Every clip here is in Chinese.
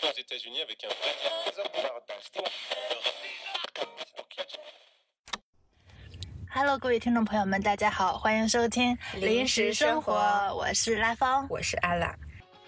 Hello， 各位听众朋友们，大家好，欢迎收听临时生活，我是拉芳， 我是阿拉。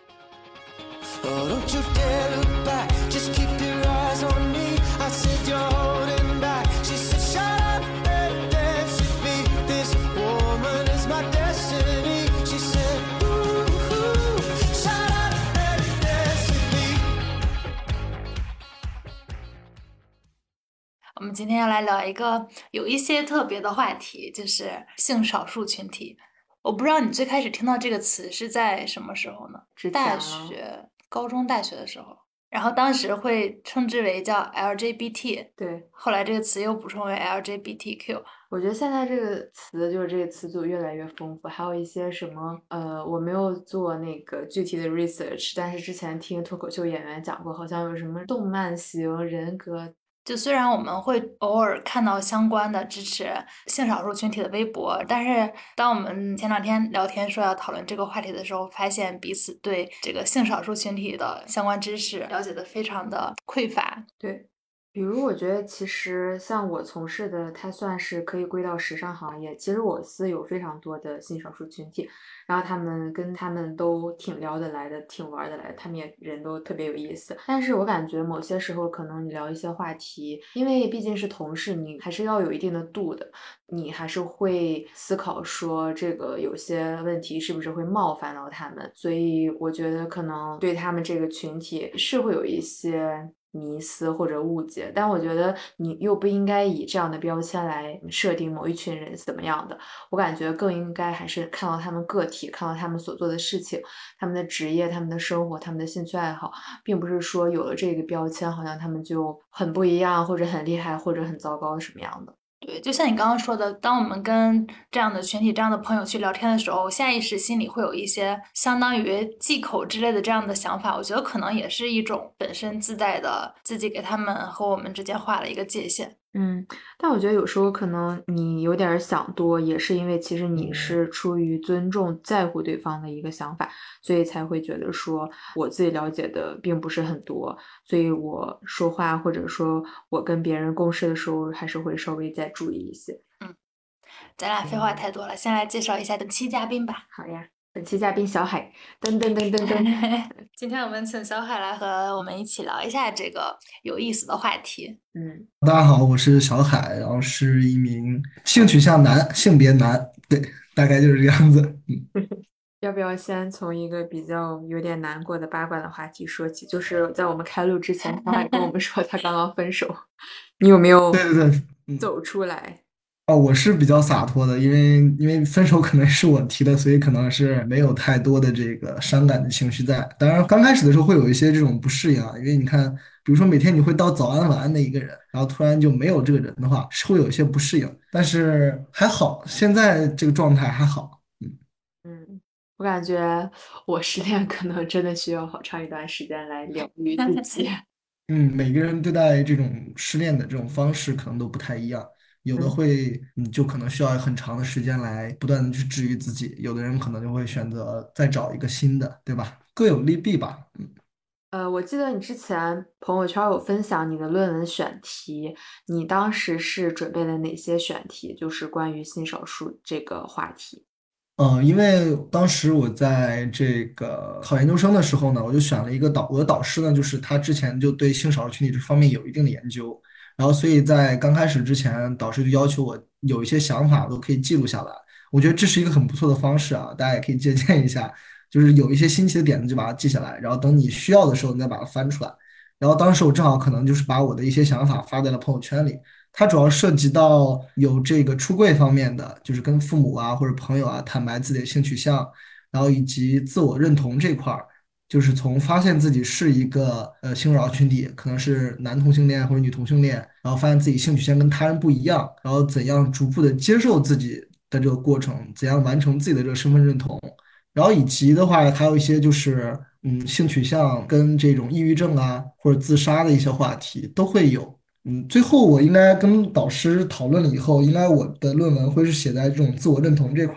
我们今天要来聊一个有一些特别的话题，就是性少数群体。我不知道你最开始听到这个词是在什么时候呢？大学、高中、大学的时候，然后当时会称之为叫 LGBT， 对， 后来这个词又补充为 LGBTQ。 我觉得现在这个词就是这个词组越来越丰富，还有一些什么我没有做那个具体的 research， 但是之前听脱口秀演员讲过，好像有什么动漫型人格。 就虽然我们会偶尔看到相关的支持性少数群体的微博，但是当我们前两天聊天说要讨论这个话题的时候，发现彼此对这个性少数群体的相关知识了解的非常的匮乏。 对，比如我觉得其实像我从事的，它算是可以归到时尚行业。其实我司有非常多的性少数群体，然后他们都挺聊得来的，挺玩得来的，他们也人都特别有意思。但是我感觉某些时候可能你聊一些话题，因为毕竟是同事，你还是要有一定的度的，你还是会思考说这个有些问题是不是会冒犯到他们，所以我觉得可能对他们这个群体是会有一些迷思或者误解，但我觉得你又不应该以这样的标签来设定某一群人是怎么样的。我感觉更应该还是看到他们个体，看到他们所做的事情，他们的职业，他们的生活，他们的兴趣爱好，并不是说有了这个标签好像他们就很不一样或者很厉害或者很糟糕什么样的。 对，就像你刚刚说的，当我们跟这样的群体、这样的朋友去聊天的时候，下意识心里会有一些相当于忌口之类的这样的想法。我觉得可能也是一种本身自带的自己给他们和我们之间画了一个界限。 但我觉得有时候可能你有点想多，也是因为其实你是出于尊重、在乎对方的一个想法，所以才会觉得说我自己了解的并不是很多，所以我说话或者说我跟别人共事的时候，还是会稍微再注意一些。 咱俩废话太多了，先来介绍一下本期嘉宾吧。 好呀，本期嘉宾小海，噔噔噔噔噔。 今天我们请小海来和我们一起聊一下这个有意思的话题。 大家好，我是小海，然后是一名性取向男，性别男，对，大概就是这样子。 要不要先从一个比较有点难过的八卦的话题说起？就是在我们开录之前，小海跟我们说他刚刚分手，你有没有对， 走出来？ 我是比较洒脱的，因为分手可能是我提的，所以可能是没有太多的这个伤感的情绪在。当然，刚开始的时候会有一些这种不适应啊，因为你看，比如说每天你会到早安晚安的一个人，然后突然就没有这个人的话，是会有一些不适应。但是还好，现在这个状态还好。 我感觉我失恋可能真的需要好长一段时间来疗愈自己。 每个人对待这种失恋的这种方式可能都不太一样，有的会，就可能需要很长的时间来不断的去治愈自己，有的人可能就会选择再找一个新的，对吧？各有利弊吧。 我记得你之前朋友圈有分享你的论文选题，你当时是准备了哪些选题？就是关于性少数这个话题。 因为当时我在这个考研究生的时候呢，我就选了一个我的导师呢，就是他之前就对性少数群体这方面有一定的研究，然后所以在刚开始之前，导师就要求我有一些想法都可以记录下来。我觉得这是一个很不错的方式啊，大家也可以借鉴一下，就是有一些新奇的点子就把它记下来，然后等你需要的时候你再把它翻出来。然后当时我正好可能就是把我的一些想法发在了朋友圈里。它主要涉及到有这个出柜方面的，就是跟父母啊或者朋友啊坦白自己的性取向，然后以及自我认同这块儿，就是从发现自己是一个性少数群体，可能是男同性恋或者女同性恋，然后发现自己性取向跟他人不一样，然后怎样逐步的接受自己的这个过程，怎样完成自己的这个身份认同，然后以及的话还有一些就是性取向跟这种抑郁症啊或者自杀的一些话题都会有。最后我应该跟导师讨论了以后，应该我的论文会是写在这种自我认同这块儿，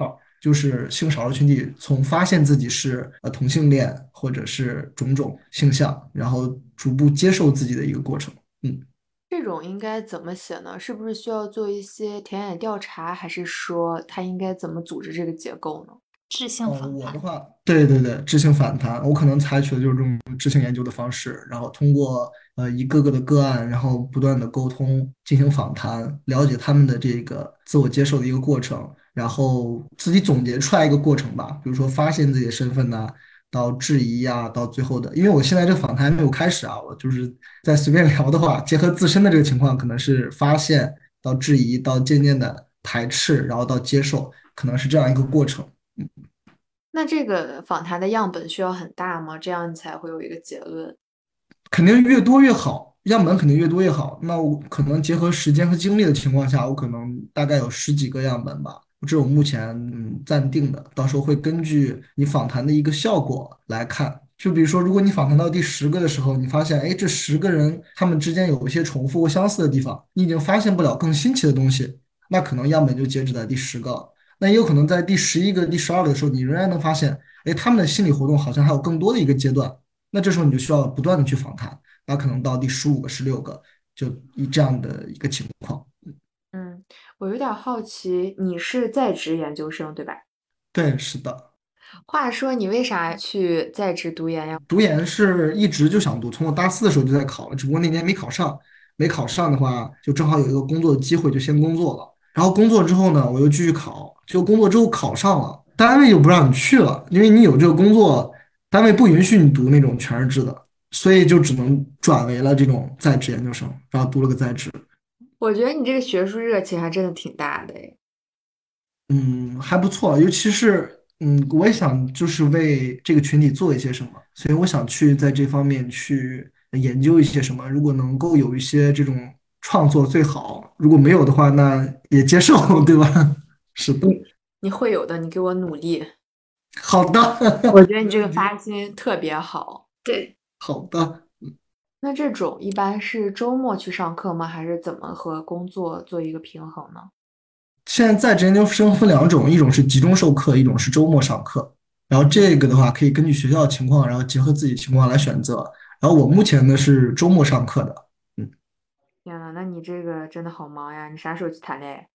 就是性少数群体从发现自己是同性恋或者是种种性向，然后逐步接受自己的一个过程。嗯。 这种应该怎么写呢？是不是需要做一些田野调查，还是说它应该怎么组织这个结构呢？ 质性访谈。 我的话，对对对，质性反弹，我可能采取的就是这种质性研究的方式，然后通过一个个的个案，然后不断的沟通，进行访谈，了解他们的这个自我接受的一个过程，然后自己总结出来一个过程吧，比如说发现自己的身份呐、到质疑呀、到最后的，因为我现在这个访谈还没有开始啊，我就是在随便聊的话，结合自身的这个情况，可能是发现到质疑，到渐渐的排斥，然后到接受，可能是这样一个过程。 那这个访谈的样本需要很大吗？这样你才会有一个结论。 肯定越多越好，样本肯定越多越好。那我可能结合时间和精力的情况下，我可能大概有十几个样本吧，这是我目前暂定的。到时候会根据你访谈的一个效果来看。就比如说，如果你访谈到第10个的时候，你发现，哎，这10个人他们之间有一些重复或相似的地方，你已经发现不了更新奇的东西，那可能样本就截止在第10个。那也有可能在第11个、第12个的时候，你仍然能发现，哎，他们的心理活动好像还有更多的一个阶段。那这时候你就需要不断的去访谈，那可能到第15个、16个，就以这样的一个情况。 嗯，我有点好奇，你是在职研究生对吧？ 对，是的， 话说你为啥去在职读研呀？ 读研是一直就想读，从我大四的时候就在考了，只不过那年没考上。没考上的话，就正好有一个工作的机会，就先工作了。然后工作之后呢，我又继续考，就工作之后考上了，单位又不让你去了，因为你有这个工作，单位不允许你读那种全日制的，所以就只能转为了这种在职研究生，然后读了个在职。 我觉得你这个学术热情还真的挺大的诶。 嗯，还不错，尤其是我也想就是为这个群体做一些什么，所以我想去在这方面去研究一些什么。如果能够有一些这种创作最好，如果没有的话，那也接受，对吧？是的， 你会有的，你给我努力。 好的， 我觉得你这个没问题， 发心特别好。 对， 好的。 那这种一般是周末去上课吗？还是怎么和工作做一个平衡呢？ 现在在职研究生分2种，一种是集中授课，一种是周末上课。然后这个的话，可以根据学校的情况，然后结合自己情况来选择。然后我目前呢是周末上课的。嗯。 天呐，那你这个真的好忙呀！你啥时候去谈恋爱？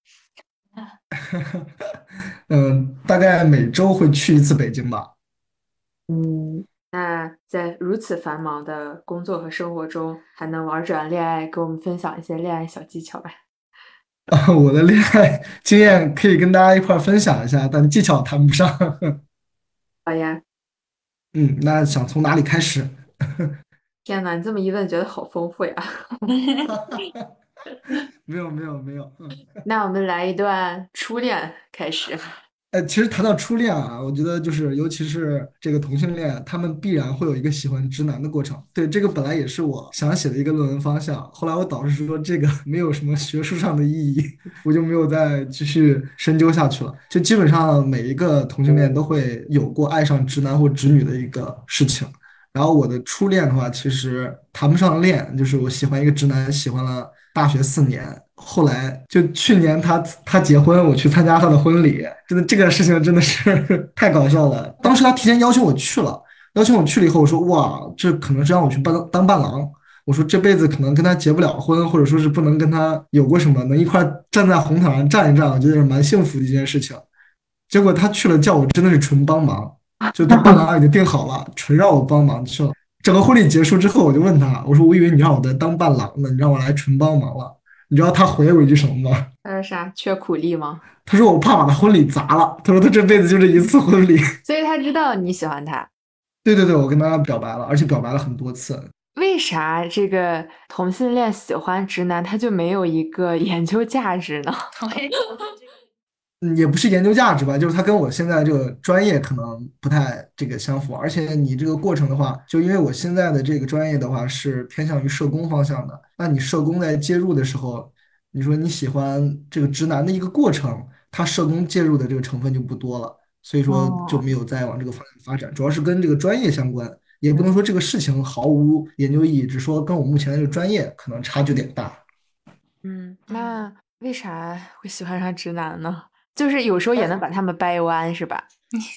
大概每周会去一次北京吧。 嗯，那在如此繁忙的工作和生活中，还能玩转恋爱，给我们分享一些恋爱小技巧吧。 我的恋爱经验可以跟大家一块儿分享一下，但技巧谈不上。 好呀， 那想从哪里开始？ 天呐，你这么一问，觉得好丰富呀。 没有没有没有， 那我们来一段初恋开始。 其实谈到初恋啊，我觉得就是尤其是这个同性恋，他们必然会有一个喜欢直男的过程。对，这个本来也是我想写的一个论文方向，后来我导师说这个没有什么学术上的意义，我就没有再继续深究下去了。就基本上每一个同性恋都会有过爱上直男或直女的一个事情。然后我的初恋的话，其实谈不上恋，就是我喜欢一个直男，喜欢了大学4年，后来就去年他结婚，我去参加他的婚礼，真的这个事情真的是太搞笑了。当时他提前邀请我去了，邀请我去了以后，我说哇，这可能是让我去当伴郎。我说这辈子可能跟他结不了婚，或者说是不能跟他有过什么，能一块儿站在红毯上站一站，我觉得是蛮幸福的一件事情。结果他去了，叫我真的是纯帮忙。就他伴郎已经定好了，纯让我帮忙去了。整个婚礼结束之后，我就问他，我说我以为你让我在当伴郎呢，你让我来纯帮忙了。你知道他回我一句什么吗？ 他说啥？缺苦力吗？ 他说我怕把他婚礼砸了。他说他这辈子就这一次婚礼。 所以他知道你喜欢他。 对对对，我跟他表白了，而且表白了很多次。 为啥这个同性恋喜欢直男，他就没有一个研究价值呢？ 我也觉得这个也不是研究价值吧，就是它跟我现在这个专业可能不太这个相符，而且你这个过程的话，就因为我现在的这个专业的话是偏向于社工方向的，那你社工在介入的时候，你说你喜欢这个直男的一个过程，他社工介入的这个成分就不多了，所以说就哦， 没有再往这个方向发展，主要是跟这个专业相关，也不嗯能说这个事情毫无研究意义，只说跟我目前的这个专业可能差距有点大。 那为啥会喜欢上直男呢？ 就是有时候也能把他们掰弯，是吧？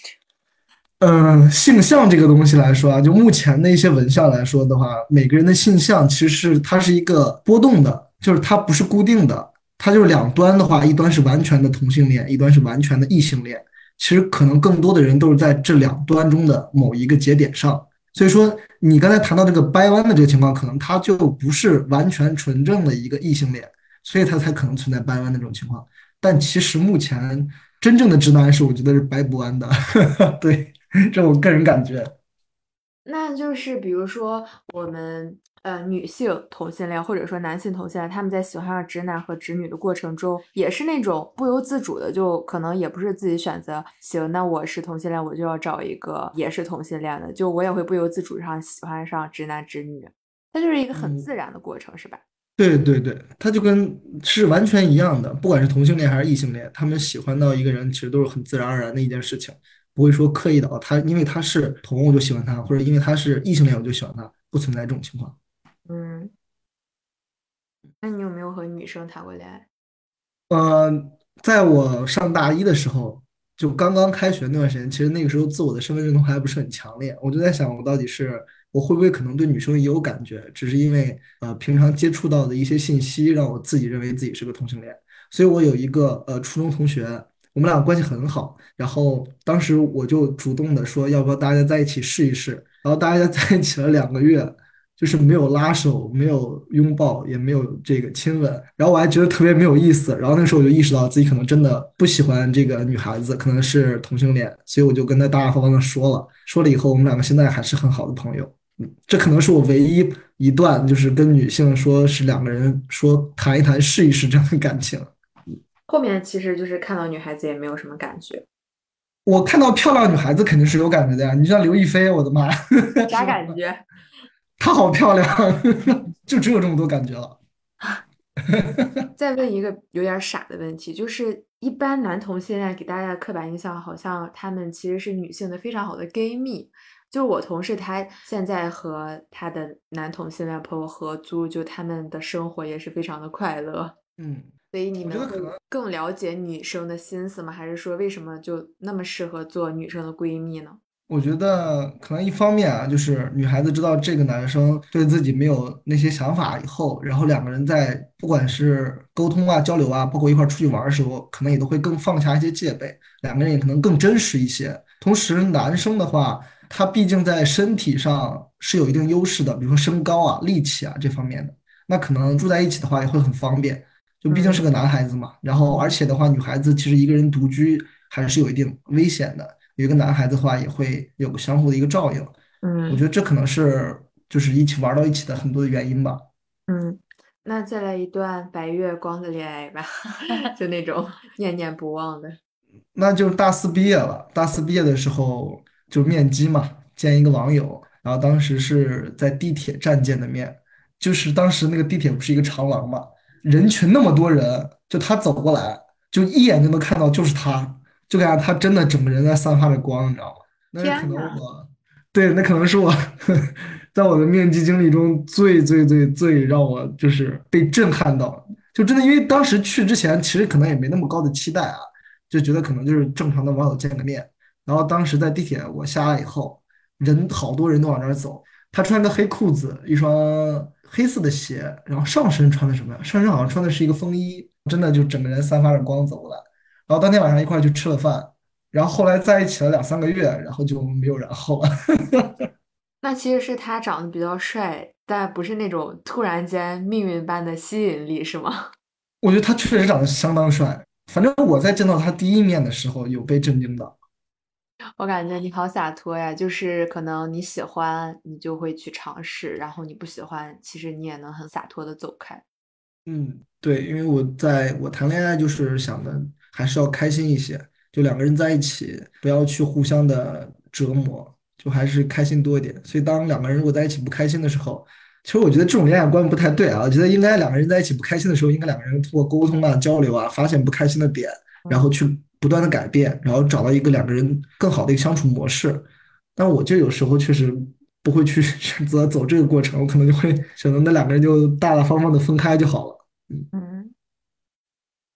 性向这个东西来说啊，就目前的一些文献来说的话，每个人的性向其实它是一个波动的，就是它不是固定的，它就是两端的话，一端是完全的同性恋，一端是完全的异性恋。其实可能更多的人都是在这两端中的某一个节点上。所以说，你刚才谈到这个掰弯的这个情况，可能它就不是完全纯正的一个异性恋，所以它才可能存在掰弯的这种情况。但其实目前真正的直男是，我觉得是掰不弯的，对。这我个人感觉。 那就是比如说我们女性同性恋或者说男性同性恋，他们在喜欢上直男和直女的过程中，也是那种不由自主的，就可能也不是自己选择，行，那我是同性恋，我就要找一个也是同性恋的，就我也会不由自主上喜欢上直男直女，它就是一个很自然的过程，是吧？ 对对对，他就跟是完全一样的，不管是同性恋还是异性恋，他们喜欢到一个人，其实都是很自然而然的一件事情，不会说刻意的哦，他因为他是同我就喜欢他，或者因为他是异性恋我就喜欢他，不存在这种情况。 嗯，那你有没有和女生谈过恋爱？ 呃，在我上大一的时候，就刚刚开学那段时间，其实那个时候自我的身份认同还不是很强烈，我就在想，我会不会可能对女生也有感觉，只是因为平常接触到的一些信息，让我自己认为自己是个同性恋。所以我有一个初中同学，我们俩关系很好，然后当时我就主动的说，要不要大家在一起试一试？然后大家在一起了2个月，就是没有拉手，没有拥抱，也没有这个亲吻，然后我还觉得特别没有意思。然后那个时候我就意识到自己可能真的不喜欢这个女孩子，可能是同性恋，所以我就跟她大大方方的说了。说了以后，我们两个现在还是很好的朋友。这可能是我唯一一段就是跟女性说是两个人说谈一谈试一试这样的感情。 后面其实就是看到女孩子也没有什么感觉， 我看到漂亮女孩子肯定是有感觉的呀，你像刘亦菲，我的妈， 啥是吧？ 感觉？ 她好漂亮，就只有这么多感觉了。 再问一个有点傻的问题，就是一般男同性恋给大家的刻板印象，好像他们其实是女性的非常好的闺蜜。就我同事他现在和他的男同性恋朋友合租，就他们的生活也是非常的快乐。 嗯， 所以你们会我觉得可能。 更了解女生的心思吗？还是说为什么就那么适合做女生的闺蜜呢？ 我觉得可能一方面啊，就是女孩子知道这个男生对自己没有那些想法以后，然后两个人在不管是沟通啊、交流啊，包括一块儿出去玩儿的时候，可能也都会更放下一些戒备，两个人也可能更真实一些。同时，男生的话，他毕竟在身体上是有一定优势的，比如说身高啊、力气啊这方面的，那可能住在一起的话也会很方便，就毕竟是嗯个男孩子嘛。然后，而且的话，女孩子其实一个人独居还是有一定危险的。有一个男孩子的话，也会有个相互的一个照应。我觉嗯得这可能是就是一起玩到一起的很多的原因吧。 嗯，那再来一段白月光的恋爱吧，就那种念念不忘的。 那就是大四毕业了，大四毕业的时候就面基嘛，见一个网友，然后当时是在地铁站见的面，就是当时那个地铁不是一个长廊嘛，人群那么多人，就他走过来，就一眼就能看到就是他，就感觉他真的整个人在散发着光，你知道吗？那是可天呐！ 能我，对，那可能是我在我的面基经历中最最最最让我就是被震撼到的，就真的因为当时去之前其实可能也没那么高的期待啊。就觉得可能就是正常的网友见个面。然后当时在地铁我下来以后，人好多人都往那儿走。他穿个黑裤子，一双黑色的鞋，然后上身穿的什么呀？上身好像穿的是一个风衣，真的就整个人散发着光走过来。然后当天晚上一块儿去吃了饭，然后后来在一起了2、3个月，然后就没有然后了。 那其实是他长得比较帅，但不是那种突然间命运般的吸引力，是吗？ 我觉得他确实长得相当帅，反正我在见到他第一面的时候有被震惊到。 我感觉你好洒脱呀，就是可能你喜欢，你就会去尝试，然后你不喜欢，其实你也能很洒脱的走开。 嗯，对，因为我谈恋爱就是想的还是要开心一些，就两个人在一起，不要去互相的折磨，就还是开心多一点。所以当两个人如果在一起不开心的时候，其实我觉得这种恋爱观不太对啊。我觉得应该两个人在一起不开心的时候，应该两个人通过沟通啊、交流啊，发现不开心的点，然后嗯去不断的改变，然后找到一个两个人更好的一个相处模式。但我就有时候确实不会去选择走这个过程，我可能就会选择那两个人就大大方方的分开就好了。 嗯， 对。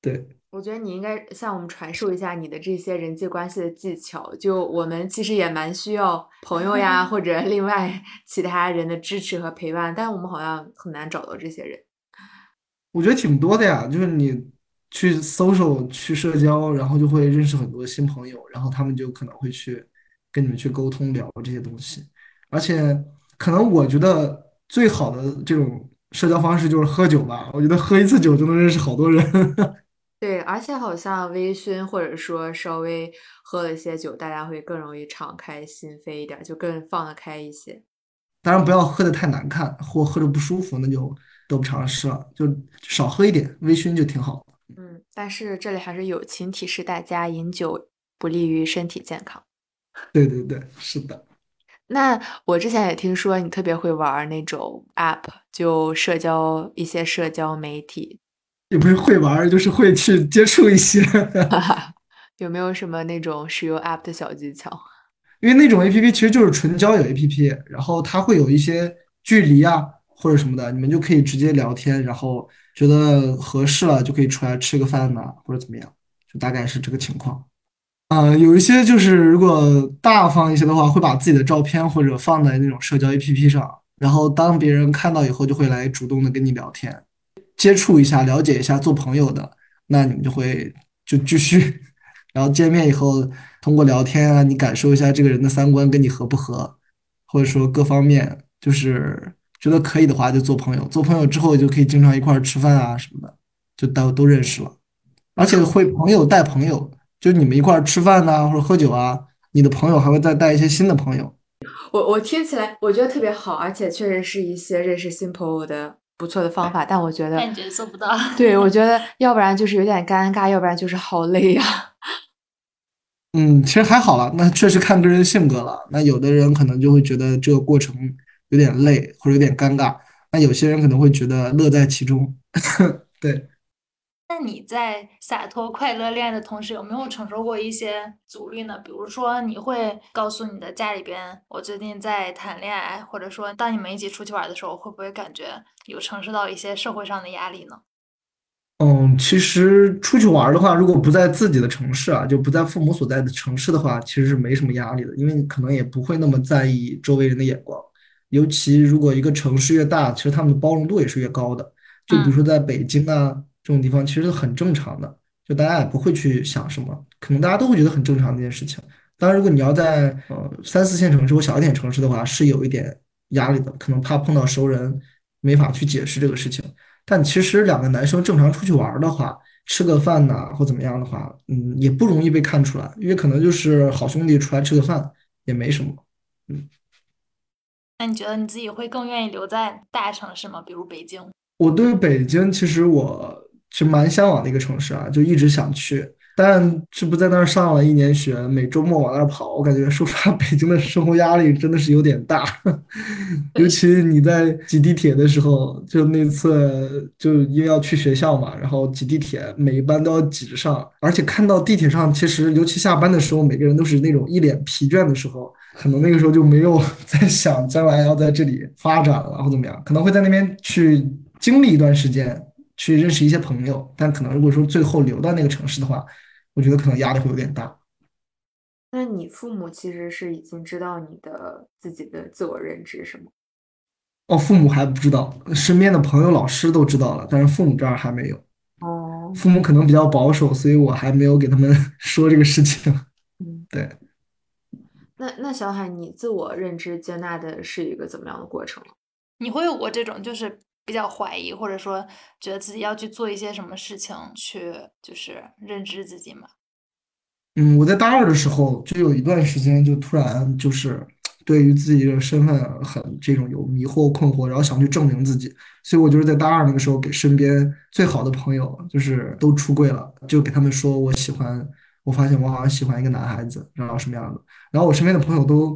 我觉得你应该向我们传授一下你的这些人际关系的技巧。就我们其实也蛮需要朋友呀，或者另外其他人的支持和陪伴，但我们好像很难找到这些人。 我觉得挺多的呀，就是你去 social 去社交，然后就会认识很多新朋友，然后他们就可能会去跟你们去沟通聊这些东西，而且可能我觉得最好的这种社交方式就是喝酒吧，我觉得喝一次酒就能认识好多人。 对，而且好像微醺或者说稍微喝了一些酒，大家会更容易敞开心扉一点，就更放得开一些。 当然不要喝的太难看，或喝着不舒服，那就得不偿失了，就少喝一点，微醺就挺好。 但是这里还是友情提示大家，饮酒不利于身体健康。 对对对，是的。 那我之前也听说你特别会玩那种 app，就一些社交媒体， 也不是会玩儿，就是会去接触一些。 有没有什么那种使用 app 的小技巧？ 因为那种 APP 其实就是纯交友 APP，然后它会有一些距离啊或者什么的，你们就可以直接聊天，然后觉得合适了就可以出来吃个饭呐、或者怎么样，就大概是这个情况。有一些就是如果大方一些的话，会把自己的照片或者放在那种社交 APP 上，然后当别人看到以后，就会来主动的跟你聊天，接触一下，了解一下，做朋友的，那你们就会就继续，然后见面以后，通过聊天啊，你感受一下这个人的三观跟你合不合，或者说各方面，就是觉得可以的话就做朋友，做朋友之后就可以经常一块儿吃饭啊什么的，就都认识了，而且会朋友带朋友，就你们一块儿吃饭呐、或者喝酒啊，你的朋友还会再带一些新的朋友。 我听起来我觉得特别好，而且确实是一些认识新朋友的不错的方法。但我觉得， 感觉做不到。 对，我觉得要不然就是有点尴尬，要不然就是好累呀。 嗯，其实还好了，那确实看个人性格了。那有的人可能就会觉得这个过程有点累或者有点尴尬，那有些人可能会觉得乐在其中。对。 那你在洒脱快乐恋爱的同时，有没有承受过一些阻力呢？比如说，你会告诉你的家里边，我最近在谈恋爱，或者说，当你们一起出去玩的时候，会不会感觉有承受到一些社会上的压力呢？ 嗯，其实出去玩儿的话，如果不在自己的城市啊，就不在父母所在的城市的话，其实是没什么压力的，因为你可能也不会那么在意周围人的眼光。尤其如果一个城市越大，其实他们的包容度也是越高的。就比如说嗯。 在北京啊这种地方，其实很正常的，就大家也不会去想什么，可能大家都会觉得很正常的一件事情。当然，如果你要在三四线城市或小一点城市的话，是有一点压力的，可能怕碰到熟人，没法去解释这个事情。但其实两个男生正常出去玩儿的话，吃个饭呐、或怎么样的话，也不容易被看出来，因为可能就是好兄弟出来吃个饭，也没什么。嗯， 那你觉得你自己会更愿意留在大城市吗？比如北京？ 我对北京其实蛮向往的一个城市啊，就一直想去，但这不在那儿上了1年学，每周末往那儿跑，我感觉说实话，北京的生活压力真的是有点大，尤对， 其你在挤地铁的时候，就那次就因为要去学校嘛，然后挤地铁，每一班都要挤着上，而且看到地铁上，其实尤其下班的时候，每个人都是那种一脸疲倦的时候，可能那个时候就没有在想将来要在这里发展了或怎么样，可能会在那边去经历一段时间，去认识一些朋友，但可能如果说最后留到那个城市的话，我觉得可能压力会有点大。 那你父母其实是已经知道你的自己的自我认知是吗？ 哦，父母还不知道，身边的朋友、老师都知道了，但是父母这儿还没有。 哦， 父母可能比较保守，所以我还没有给他们说这个事情。 嗯， 对。 那小海，你自我认知接纳的是一个怎么样的过程？ 你会有过这种就是比较怀疑，或者说觉得自己要去做一些什么事情去就是认知自己吗？ 嗯，我在大二的时候就有一段时间，就突然就是对于自己的身份很这种有迷惑困惑，然后想去证明自己，所以我就是在大二那个时候给身边最好的朋友就是都出柜了，就给他们说我喜欢，我发现我好像喜欢一个男孩子，然后什么样的，然后我身边的朋友都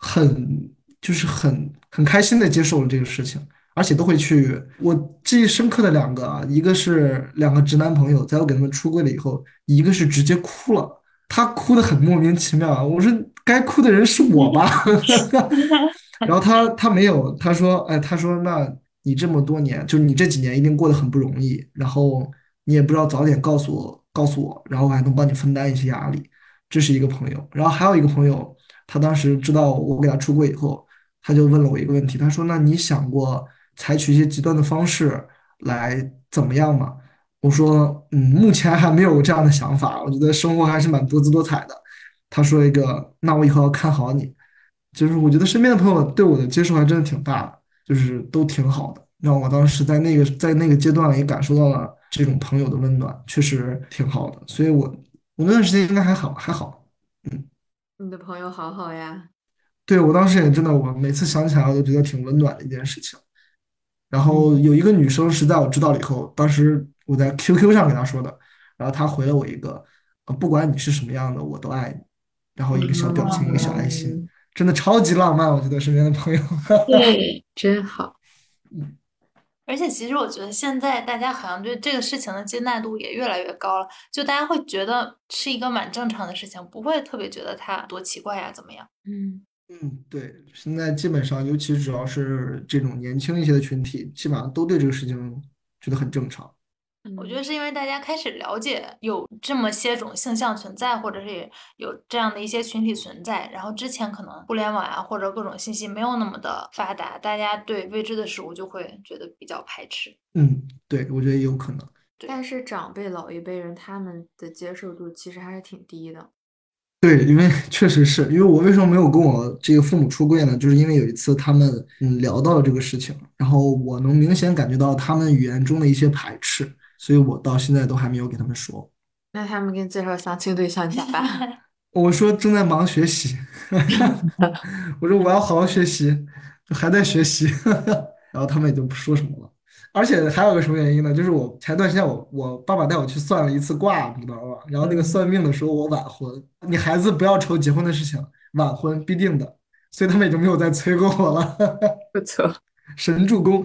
很开心的接受了这个事情。而且都会去。我记忆深刻的两个啊，一个是两个直男朋友，在我给他们出柜了以后，一个是直接哭了。他哭得很莫名其妙啊，我说该哭的人是我吧，然后他没有，他说，哎，他说那你这么多年，就是你这几年一定过得很不容易，然后你也不知道早点告诉我告诉我，然后我还能帮你分担一些压力。这是一个朋友。然后还有一个朋友，他当时知道我给他出柜以后，他就问了我一个问题，他说：“那你想过采取一些极端的方式来怎么样吗？”我说：目前还没有这样的想法，我觉得生活还是蛮多姿多彩的。”他说一个：“那我以后要看好你。”就是我觉得身边的朋友对我的接受还真的挺大的，就是都挺好的，让我当时在那个阶段也感受到了这种朋友的温暖，确实挺好的。所以我那段时间应该还好还好。嗯， 你的朋友好好呀。 对，我当时也真的，我每次想起来我都觉得挺温暖的一件事情。然后嗯有一个女生是在我知道了以后，当时我在 QQ 上给她说的，然后她回了我一个，不管你是什么样的，我都爱你，然后一个小表情，一个小爱心， 嗯， 真的超级浪漫，我觉得身边的朋友。 对，真好。 而且其实我觉得现在大家好像对这个事情的接纳度也越来越高了，就大家会觉得是一个蛮正常的事情，不会特别觉得它多奇怪呀，怎么样？ 对，现在基本上，尤其主要是这种年轻一些的群体，基本上都对这个事情觉得很正常。 我觉得是因为大家开始了解有这么些种性向存在，或者是有这样的一些群体存在，然后之前可能互联网啊或者各种信息没有那么的发达，大家对未知的事物就会觉得比较排斥。 对，我觉得也有可能。 但是长辈老一辈人他们的接受度其实还是挺低的。 对，因为确实是因为我为什么没有跟我这个父母出柜呢？就是因为有一次他们聊到了这个事情，然后我能明显感觉到他们语言中的一些排斥，所以我到现在都还没有给他们说。 那他们给你介绍相亲对象，你咋办？ 我说正在忙学习，我说我要好好学习，还在学习，然后他们也就不说什么了。而且还有个什么原因呢？就是我前段时间我爸爸带我去算了一次卦，你知道吧？然后那个算命的说我晚婚，你孩子不要愁结婚的事情，晚婚必定的，所以他们也就没有再催过我了。 不错。 神助攻。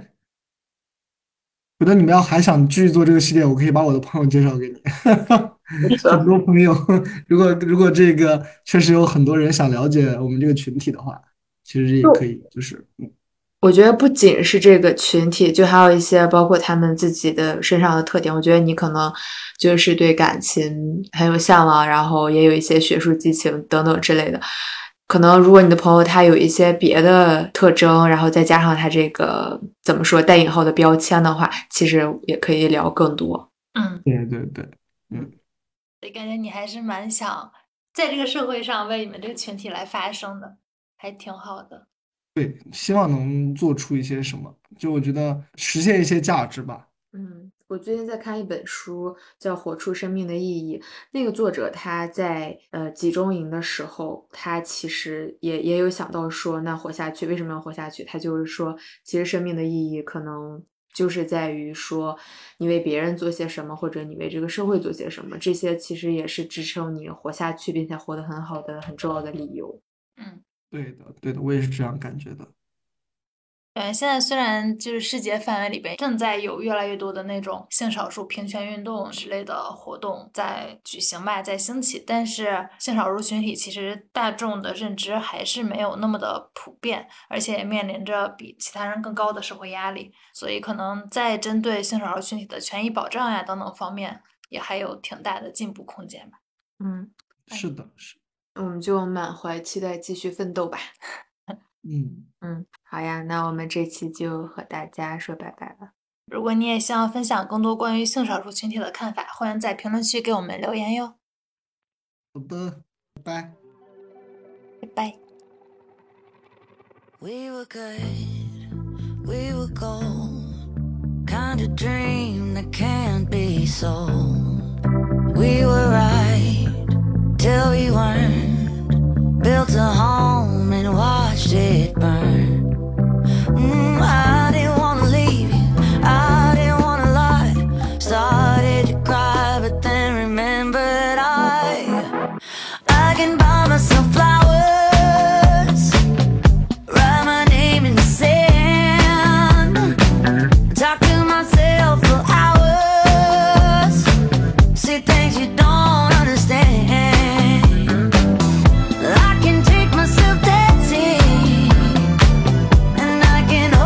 觉得你们要还想继续做这个系列，我可以把我的朋友介绍给你， 不很错。 多朋友。如果这个确实有很多人想了解我们这个群体的话，其实也可以，就是我觉得不仅是这个群体，就还有一些包括他们自己的身上的特点。我觉得你可能就是对感情很有向往，然后也有一些学术激情等等之类的。可能如果你的朋友他有一些别的特征，然后再加上他这个怎么说带引号的标签的话，其实也可以聊更多。 对对对， 我感觉你还是蛮想在这个社会上为你们这个群体来发声的，还挺好的。 对，希望能做出一些什么，就我觉得实现一些价值吧。 我最近在看一本书，叫《活出生命的意义》。那个作者他在集中营的时候，他其实也有想到说，那活下去为什么要活下去？他就是说，其实生命的意义可能就是在于说，你为别人做些什么，或者你为这个社会做些什么，这些其实也是支撑你活下去，并且活得很好的很重要的理由。 对的，对的，我也是这样感觉的。 现在虽然就是世界范围里边正在有越来越多的那种性少数平权运动之类的活动在举行吧，在兴起，但是性少数群体其实大众的认知还是没有那么的普遍，而且也面临着比其他人更高的社会压力，所以可能在针对性少数群体的权益保障呀等等方面，也还有挺大的进步空间吧。 是的，是。 我们就满怀期待继续奋斗吧。好呀，那我们这期就和大家说拜拜了。 如果你也希望分享更多关于性少数群体的看法，欢迎在评论区给我们留言哟。 好的，拜拜。 拜拜。 We were good, we were gold, kind of dream that can't be sold. We were right till we weren't, built a home and watched it burn. I didn't wanna leave you, I didn't wanna lie. Started to cry, but then remembered I can buy myself flowers, write my name in the sand, talk to myself for hours, see things you don't understand. I can take myself dancing, and I can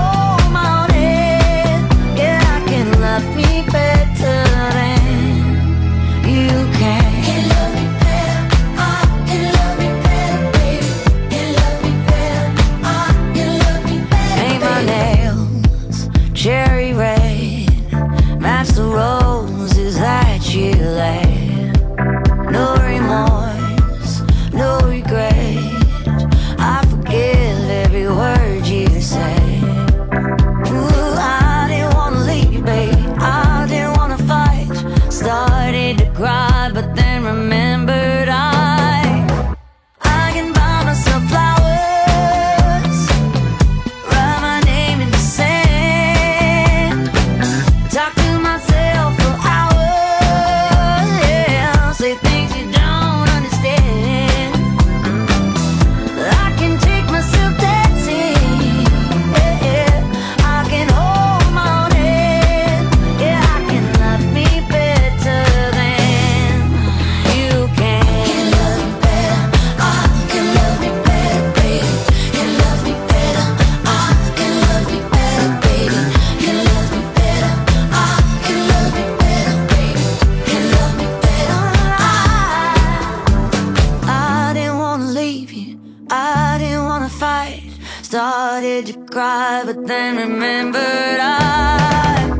cry, but then remembered I